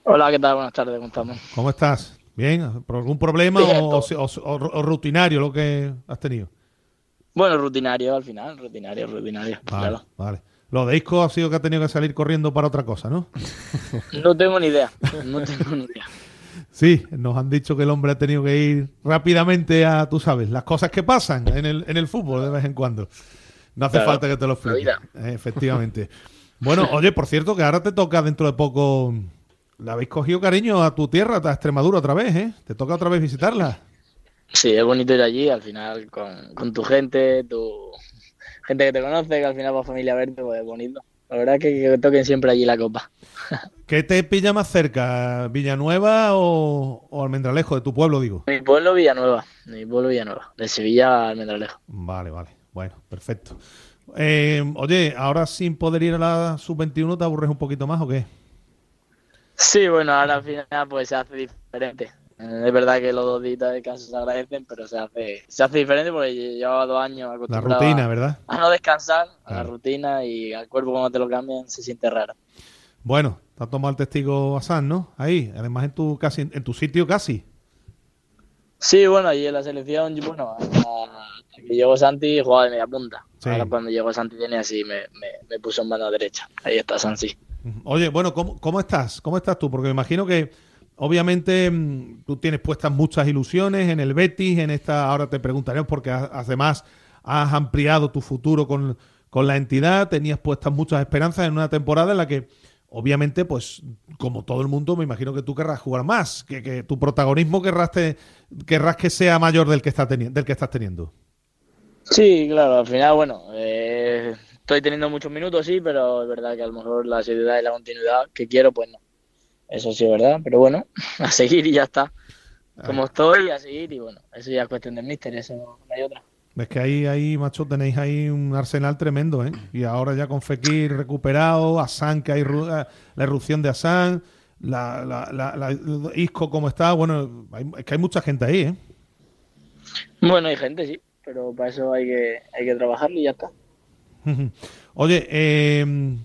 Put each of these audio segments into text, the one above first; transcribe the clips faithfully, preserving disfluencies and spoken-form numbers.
Hola, ¿qué tal? Buenas tardes, ¿cómo estamos? ¿Cómo estás? ¿Bien? ¿Por algún problema Bien, o, o- todo. o- o rutinario lo que has tenido? Bueno, rutinario al final, rutinario, rutinario, Vale, claro. vale. Lo de Isco ha sido que ha tenido que salir corriendo para otra cosa, ¿no? No tengo ni idea, no tengo ni idea. Sí, nos han dicho que el hombre ha tenido que ir rápidamente a, tú sabes, las cosas que pasan en el, en el fútbol de vez en cuando. No hace Claro, falta que te lo la explique, vida. eh, efectivamente. Bueno, oye, por cierto, que ahora te toca dentro de poco. ¿Le habéis cogido cariño a tu tierra, a Extremadura otra vez, eh? Te toca otra vez visitarla. Sí, es bonito ir allí, al final, con, con tu gente, tu gente que te conoce, que al final va familia a verte, pues es bonito. La verdad es que, que toquen siempre allí la copa. ¿Qué te pilla más cerca? ¿Villanueva o, o Almendralejo, de tu pueblo, digo? Mi pueblo Villanueva, mi pueblo Villanueva, de Sevilla a Almendralejo. Vale, vale. Bueno, perfecto. Eh, oye, ahora sin poder ir a la sub veintiuno, ¿te aburres un poquito más o qué? Sí, bueno, ahora al final pues se hace diferente. Eh, Es verdad que los dos días de descanso se agradecen, pero se hace, se hace diferente porque llevaba dos años La acostumbrado rutina, a, ¿verdad? a no descansar, a la Claro. rutina y al cuerpo cuando te lo cambian se siente raro. Bueno, te ha tomado el testigo Hassan, ¿no? Ahí, además en tu casi, en tu sitio casi. Sí, bueno, allí en la selección, yo, bueno, hasta, hasta que llegó Santi jugaba de media punta. Ahora Sí. cuando llegó Santi tiene así, me, me, me puso en mano derecha. Ahí está Santi. Oye, bueno, ¿cómo, cómo estás? ¿Cómo estás tú? Porque me imagino que obviamente mm, tú tienes puestas muchas ilusiones en el Betis, en esta, ahora te preguntaremos porque ha- además has ampliado tu futuro con, con la entidad, tenías puestas muchas esperanzas en una temporada en la que obviamente, pues como todo el mundo, me imagino que tú querrás jugar más, que, que tu protagonismo querrás, te- querrás que sea mayor del que, está teni- del que estás teniendo. Sí, claro, al final, bueno, eh, estoy teniendo muchos minutos, sí, pero es verdad que a lo mejor la seriedad y la continuidad que quiero, pues no. Eso sí es verdad, pero bueno, a seguir y ya está. Ay, Como estoy, a seguir y bueno, eso ya es cuestión del míster, eso no hay otra. es que ahí, ahí, macho, tenéis ahí un arsenal tremendo, ¿eh? Y ahora ya con Fekir recuperado, Asan, que hay ru- eh, la erupción de Asan, la, la, la, la- Isco como está, bueno, hay- es que hay mucha gente ahí, ¿eh? Bueno, hay gente, sí, pero para eso hay que, hay que trabajarlo y ya está. Oye, eh,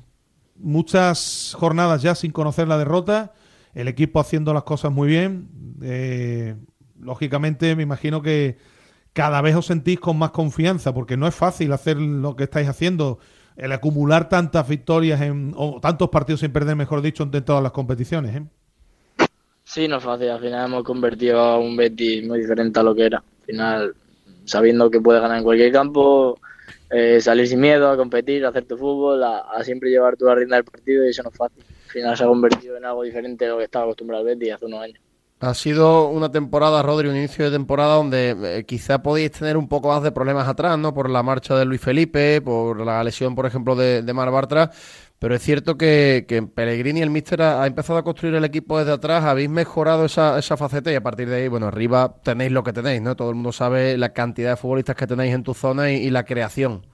muchas jornadas ya sin conocer la derrota, el equipo haciendo las cosas muy bien. eh, lógicamente, me imagino que cada vez os sentís con más confianza, porque no es fácil hacer lo que estáis haciendo, el acumular tantas victorias en, o tantos partidos sin perder, mejor dicho, en todas las competiciones, ¿eh? Sí, no es fácil, al final hemos convertido a un Betis muy diferente a lo que era. Al final, sabiendo que puede ganar en cualquier campo, eh, salir sin miedo a competir, a hacer tu fútbol, a, a siempre llevar tu la rienda del partido y eso no es fácil. Al final se ha convertido en algo diferente de lo que estaba acostumbrado el Betis hace unos años. Ha sido una temporada, Rodri, un inicio de temporada donde eh, quizá podéis tener un poco más de problemas atrás, ¿no? Por la marcha de Luis Felipe, por la lesión, por ejemplo, de, de Mar Bartra. Pero es cierto que, que Pellegrini, el míster, ha, ha empezado a construir el equipo desde atrás. Habéis mejorado esa, esa faceta y a partir de ahí, bueno, arriba tenéis lo que tenéis, ¿no? Todo el mundo sabe la cantidad de futbolistas que tenéis en tu zona y, y la creación.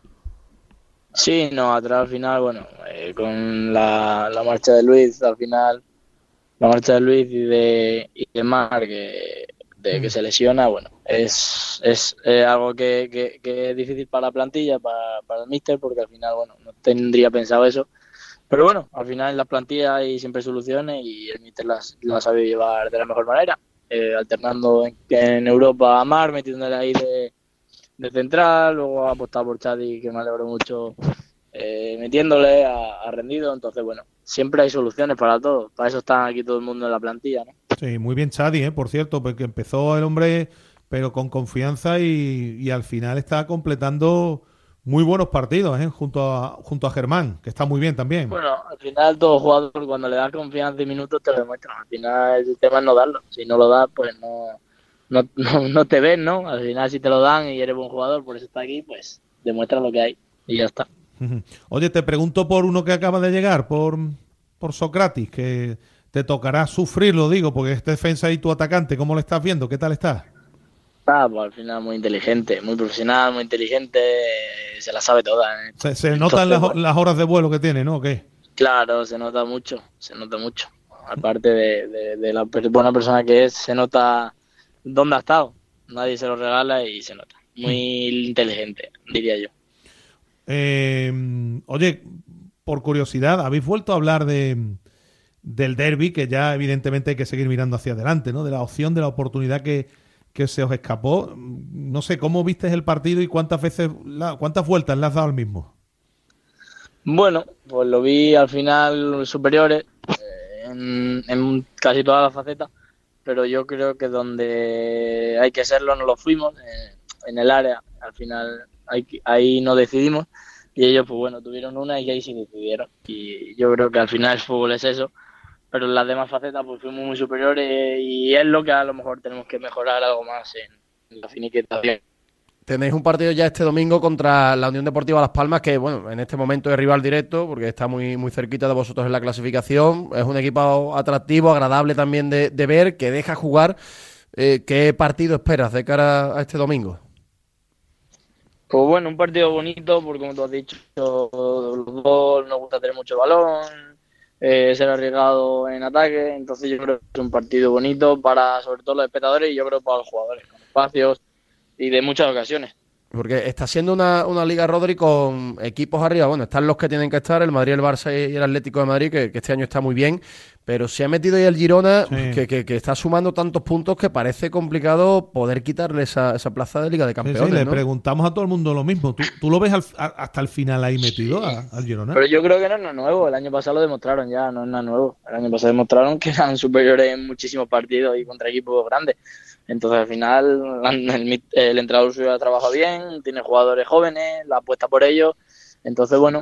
Sí, no, atrás al final, bueno, eh, con la, la marcha de Luis, al final, la marcha de Luis y de, y de Mar, que, de que Mm. se lesiona, bueno, es, es eh, algo que, que, que es difícil para la plantilla, para, para el míster, porque al final, bueno, no tendría pensado eso. Pero bueno, al final en las plantillas hay siempre soluciones y el míster las, las sabe llevar de la mejor manera, eh, alternando en, en Europa a Mar, metiéndole ahí de, de central, luego ha apostado por Chadi, que me alegro mucho, eh, metiéndole a, a rendido. Entonces, bueno, siempre hay soluciones para todo. Para eso está aquí todo el mundo en la plantilla, ¿no? Sí, muy bien Chadi, ¿eh? Por cierto, porque empezó el hombre, pero con confianza y, y al final está completando muy buenos partidos, ¿eh? Junto a, junto a Germán, que está muy bien también. Bueno, al final todo jugador cuando le das confianza y minutos te lo demuestra. Al final el tema es no darlo. Si no lo das, pues no, no, no, no te ven, ¿no? Al final si te lo dan y eres buen jugador, por eso está aquí, pues demuestra lo que hay y ya está. Oye, te pregunto por uno que acaba de llegar, por, por Socrates, que te tocará sufrirlo, digo, porque es defensa y tu atacante, ¿cómo le estás viendo? ¿Qué tal está? Ah, pues al final muy inteligente, muy profesional, muy inteligente, eh, se la sabe toda, ¿eh? Se, se notan Entonces, las, bueno, las horas de vuelo que tiene, ¿no? ¿O qué? claro, se nota mucho, se nota mucho. Aparte de, de, de la per- buena persona que es, se nota dónde ha estado. Nadie se lo regala y se nota. Muy inteligente, diría yo. Eh, oye, por curiosidad, ¿habéis vuelto a hablar de, del derbi, que ya evidentemente hay que seguir mirando hacia adelante, ¿no? De la opción, de la oportunidad que, que se os escapó. No sé, ¿cómo viste el partido y cuántas veces, la, cuántas vueltas le has dado al mismo? Bueno, pues lo vi al final superiores eh, en, en casi todas las facetas, pero yo creo que donde hay que serlo no lo fuimos, eh, en el área, al final hay, ahí no decidimos y ellos pues bueno, tuvieron una y ahí sí decidieron y yo creo que al final el fútbol es eso, pero en las demás facetas pues fuimos muy superiores y es lo que a lo mejor tenemos que mejorar algo más en, en la finiquitación. Tenéis un partido ya este domingo contra la Unión Deportiva Las Palmas, que bueno, en este momento es rival directo, porque está muy, muy cerquita de vosotros en la clasificación. Es un equipo atractivo, agradable también de, de ver, que deja jugar. Eh, ¿Qué partido esperas de cara a este domingo? Pues bueno, un partido bonito, porque como tú has dicho, los dos nos gusta tener mucho balón, eh, ser arriesgado en ataque, entonces yo creo que es un partido bonito para sobre todo los espectadores y yo creo para los jugadores, con espacios y de muchas ocasiones. Porque está siendo una, una liga, Rodri, con equipos arriba. Bueno, están los que tienen que estar, el Madrid, el Barça y el Atlético de Madrid, que, que este año está muy bien, pero se ha metido ahí el Girona, sí. que, que, que está sumando tantos puntos que parece complicado poder quitarle esa, esa plaza de Liga de Campeones. Sí, sí, le ¿no? preguntamos a todo el mundo lo mismo. ¿Tú, tú lo ves al, a, hasta el final ahí metido sí. a, al Girona? Pero yo creo que no es nada nuevo. El año pasado lo demostraron ya, no es nada nuevo. El año pasado demostraron que eran superiores en muchísimos partidos y contra equipos grandes. Entonces, al final, el, el entrenador suyo ha trabajado bien, tiene jugadores jóvenes, la apuesta por ellos. Entonces, bueno,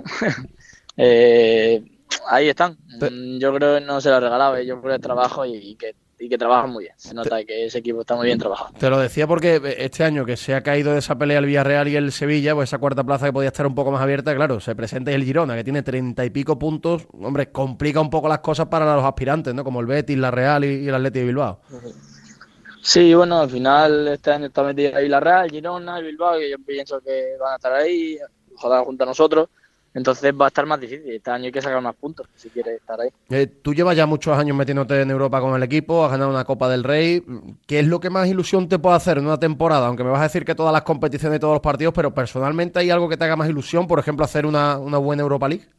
eh, ahí están. Yo creo que no se lo regalaba, yo creo que trabajo y, y, que, y que trabajan muy bien. Se nota que ese equipo está muy bien trabajado. Te lo decía porque este año que se ha caído de esa pelea el Villarreal y el Sevilla, pues esa cuarta plaza que podía estar un poco más abierta, claro, se presenta el Girona, que tiene treinta y pico puntos. Hombre, complica un poco las cosas para los aspirantes, ¿no? Como el Betis, la Real y, y el Athletic de Bilbao. Uh-huh. Sí, bueno, al final este año está metida ahí la Real, Girona y Bilbao, que yo pienso que van a estar ahí, ojalá junto a nosotros, entonces va a estar más difícil, este año hay que sacar más puntos si quieres estar ahí. Eh, tú llevas ya muchos años metiéndote en Europa con el equipo, has ganado una Copa del Rey, ¿qué es lo que más ilusión te puede hacer en una temporada? Aunque me vas a decir que todas las competiciones y todos los partidos, pero personalmente ¿hay algo que te haga más ilusión? Por ejemplo, hacer una, una buena Europa League.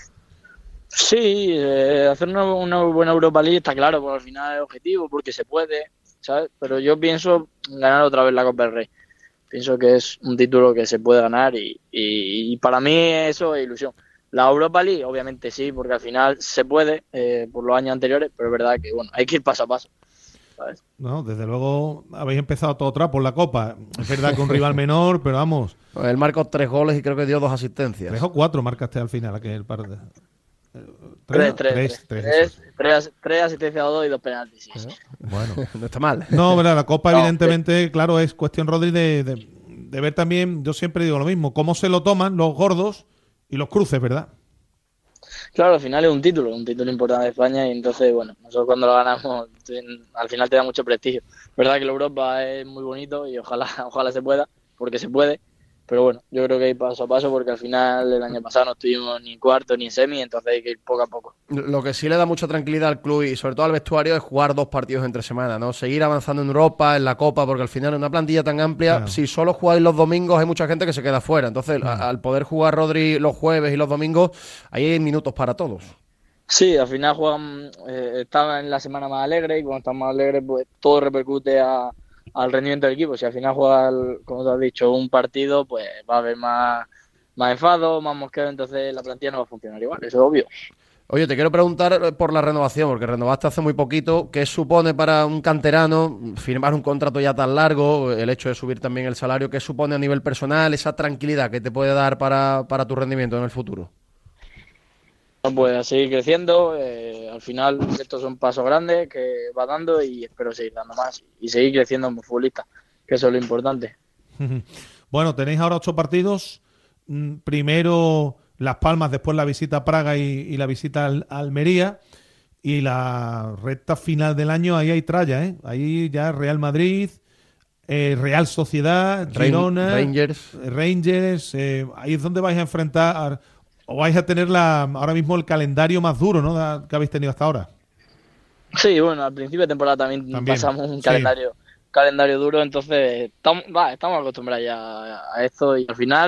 Sí, eh, hacer una, una buena Europa League está claro, porque al final es objetivo, porque se puede, ¿sabes? Pero yo pienso ganar otra vez la Copa del Rey. Pienso que es un título que se puede ganar y, y, y para mí eso es ilusión. La Europa League, obviamente sí, porque al final se puede eh, por los años anteriores, pero es verdad que bueno, hay que ir paso a paso, ¿sabes? No, desde luego habéis empezado todo atrás por la Copa. Es verdad que un rival menor, pero vamos. Él marcó tres goles y creo que dio dos asistencias. Tres o cuatro marcaste al final aquel par de... Tres, tres, tres, tres, tres, tres, tres asistencias a dos y dos penaltis. Sí, sí. Bueno, no está mal. No, verdad, la Copa no, evidentemente, sí. Claro, es cuestión, Rodri, de, de, de ver también, yo siempre digo lo mismo, cómo se lo toman los gordos y los cruces, ¿verdad? Claro, al final es un título, un título importante de España y entonces, bueno, nosotros cuando lo ganamos, al final te da mucho prestigio. Verdad que la Europa es muy bonito y ojalá, ojalá se pueda, porque se puede. Pero bueno, yo creo que hay paso a paso porque al final el año pasado no estuvimos ni en cuarto ni en semi, entonces hay que ir poco a poco. Lo que sí le da mucha tranquilidad al club y sobre todo al vestuario es jugar dos partidos entre semana, ¿no? Seguir avanzando en Europa, en la Copa, porque al final en una plantilla tan amplia, claro. Si solo jugáis los domingos hay mucha gente que se queda fuera. Entonces, claro. a, al poder jugar Rodri los jueves y los domingos, ahí hay minutos para todos. Sí, al final juegan, eh, están en la semana más alegre y cuando están más alegres, pues todo repercute a... al rendimiento del equipo. Si al final juega, como te has dicho, un partido, pues va a haber más, más enfado, más mosqueo, entonces la plantilla no va a funcionar igual, eso es obvio. Oye, te quiero preguntar por la renovación, porque renovaste hace muy poquito. ¿Qué supone para un canterano firmar un contrato ya tan largo, el hecho de subir también el salario? ¿Qué supone a nivel personal esa tranquilidad que te puede dar para, para tu rendimiento en el futuro? Pues a seguir creciendo, eh, al final estos son pasos grandes que va dando y espero seguir dando más y seguir creciendo como futbolista, que eso es lo importante. Bueno, tenéis ahora ocho partidos, primero Las Palmas, después la visita a Praga y, y la visita a Almería y la recta final del año, ahí hay tralla, ¿eh? Ahí ya Real Madrid, eh, Real Sociedad, Girona, Rangers, Rangers eh, ahí es donde vais a enfrentar... A, ¿O vais a tener la, ahora mismo el calendario más duro, ¿no?, que habéis tenido hasta ahora? Sí, bueno, al principio de temporada también, también pasamos un sí. calendario calendario duro, entonces estamos, va, estamos acostumbrados ya a esto y al final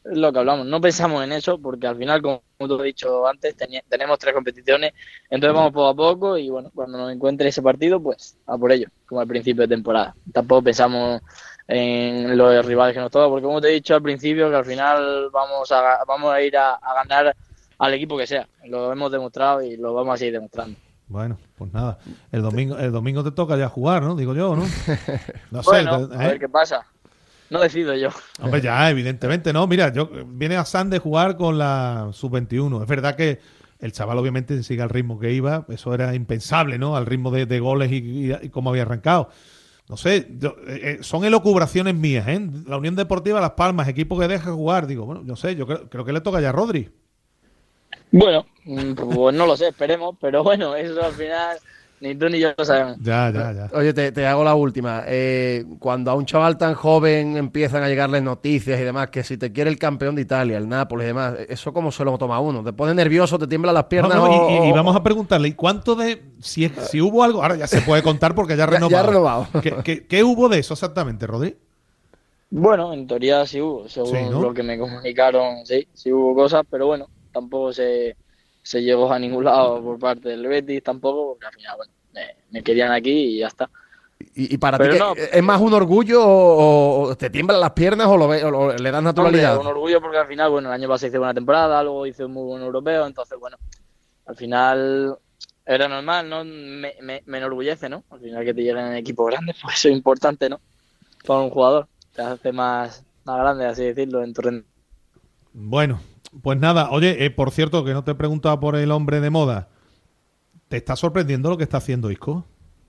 es lo que hablamos, no pensamos en eso porque al final, como tú has dicho antes, teni- tenemos tres competiciones, entonces vamos poco a poco y bueno, cuando nos encuentre ese partido, pues a por ello, como al principio de temporada. Tampoco pensamos en los rivales que nos tocan, porque como te he dicho al principio, que al final vamos a, vamos a ir a, a ganar al equipo que sea, lo hemos demostrado y lo vamos a seguir demostrando. Bueno, pues nada, el domingo, el domingo te toca ya jugar, ¿no? Digo yo, ¿no? No sé, Bueno, ¿eh? a ver qué pasa. No decido yo. Hombre, ya, evidentemente, no. Mira, yo viene a San de jugar con la sub veintiuno. Es verdad que el chaval obviamente sigue al ritmo que iba. Eso era impensable, ¿no? Al ritmo de, de goles y, y, y cómo había arrancado. No sé, yo, eh, son elucubraciones mías, ¿eh? La Unión Deportiva Las Palmas, equipo que deja jugar. Digo, bueno, yo sé, yo creo, creo que le toca ya a Rodri. Bueno, pues no lo sé, esperemos, pero bueno, eso al final ni tú ni yo lo sabemos. Ya, ya, ya. Oye, te, te hago la última. Eh, cuando a un chaval tan joven empiezan a llegarles noticias y demás, que si te quiere el campeón de Italia, el Nápoles y demás, ¿eso cómo se lo toma uno? ¿Te pone nervioso, te tiemblan las piernas? No, no, o, y, y, y o- vamos a preguntarle, ¿y cuánto de... Si, si hubo algo... Ahora ya se puede contar porque ya ha Ya- renovado. ya ha renovado. ¿Qué, qué, qué hubo de eso exactamente, Rodri? Bueno, en teoría sí hubo, según Sí, ¿no? lo que me comunicaron, sí, sí hubo cosas, pero bueno, tampoco se, se llegó a ningún lado por parte del Betis, tampoco, porque al final, bueno, me, me querían aquí y ya está. Y, y para Pero ti, no, ¿qué- ¿es más un orgullo o, o te tiemblan las piernas o, lo ve- o lo- le das Hombre, naturalidad? un orgullo porque al final, bueno, el año pasado hice buena temporada, luego hice un muy buen europeo, entonces, bueno, al final era normal, ¿no? Me, me, me enorgullece, ¿no? Al final que te lleguen en equipos grandes, pues eso es importante, ¿no? Para un jugador, te hace más, más grande, así decirlo, en tu rendimiento. Bueno, pues nada. Oye, eh, por cierto, que no te he preguntado por el hombre de moda. ¿Te está sorprendiendo lo que está haciendo Isco?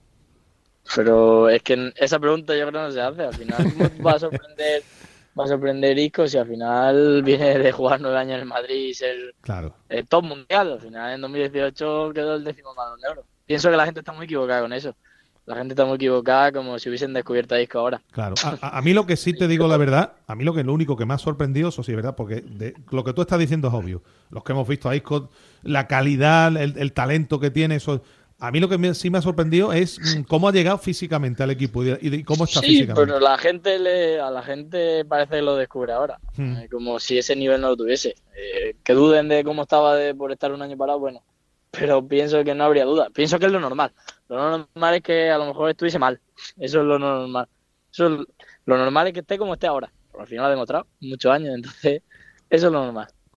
Pero es que esa pregunta yo creo que no se hace. Al final, ¿cómo va a sorprender, va a sorprender Isco si al final viene de jugar nueve años en el Madrid y ser Claro. el top mundial? Al final, en dos mil dieciocho quedó el décimo Balón de Oro. Pienso que la gente está muy equivocada con eso. La gente está muy equivocada como si hubiesen descubierto a Isco ahora. Claro, a, a- a mí lo que sí te digo la verdad, a mí lo que lo único que me ha sorprendido, eso sí es verdad, porque de- lo que tú estás diciendo es obvio. Los que hemos visto a Isco, la calidad, el, el talento que tiene, eso. A mí lo que me- sí me ha sorprendido es mm, cómo ha llegado físicamente al equipo y, de- y de- y cómo está Sí, físicamente. pero la gente le, a la gente parece que lo descubre ahora, Hmm. eh, como si ese nivel no lo tuviese. Eh, que duden de cómo estaba de, por estar un año parado, bueno, pero pienso que no habría duda. Pienso que es lo normal. Lo normal es que a lo mejor estuviese mal. Eso es lo normal. Eso es, lo normal es que esté como esté ahora. Pero al final lo ha demostrado muchos años, entonces eso es lo normal.